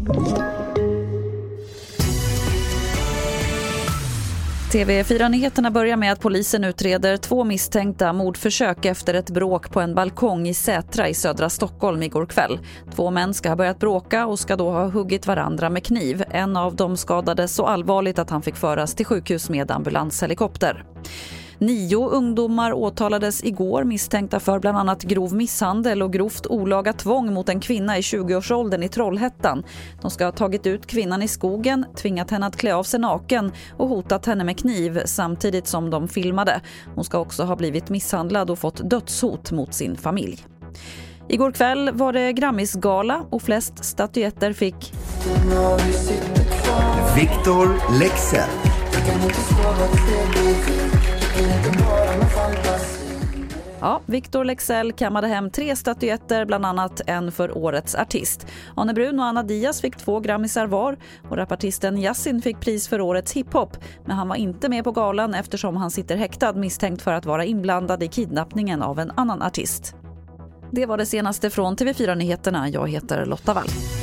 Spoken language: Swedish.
TV4-nyheterna börjar med att polisen utreder 2 misstänkta mordförsök efter ett bråk på en balkong i Sätra i södra Stockholm igår kväll. 2 män ska ha börjat bråka och ska då ha huggit varandra med kniv. En av dem skadades så allvarligt att han fick föras till sjukhus med ambulanshelikopter. 9 ungdomar åtalades igår misstänkta för bland annat grov misshandel och grovt olaga tvång mot en kvinna i 20-årsåldern i Trollhättan. De ska ha tagit ut kvinnan i skogen, tvingat henne att klä av sig naken och hotat henne med kniv samtidigt som de filmade. Hon ska också ha blivit misshandlad och fått dödshot mot sin familj. Igår kväll var det Grammisgala och flest statyetter fick Victor Leksell. Ja, Victor Leksell kammade hem 3 statyetter, bland annat en för årets artist. Anne Brun och Anna Diaz fick 2 grammisar var och rapartisten Yasin fick pris för årets hiphop. Men han var inte med på galan eftersom han sitter häktad misstänkt för att vara inblandad i kidnappningen av en annan artist. Det var det senaste från TV4-nyheterna. Jag heter Lotta Wall.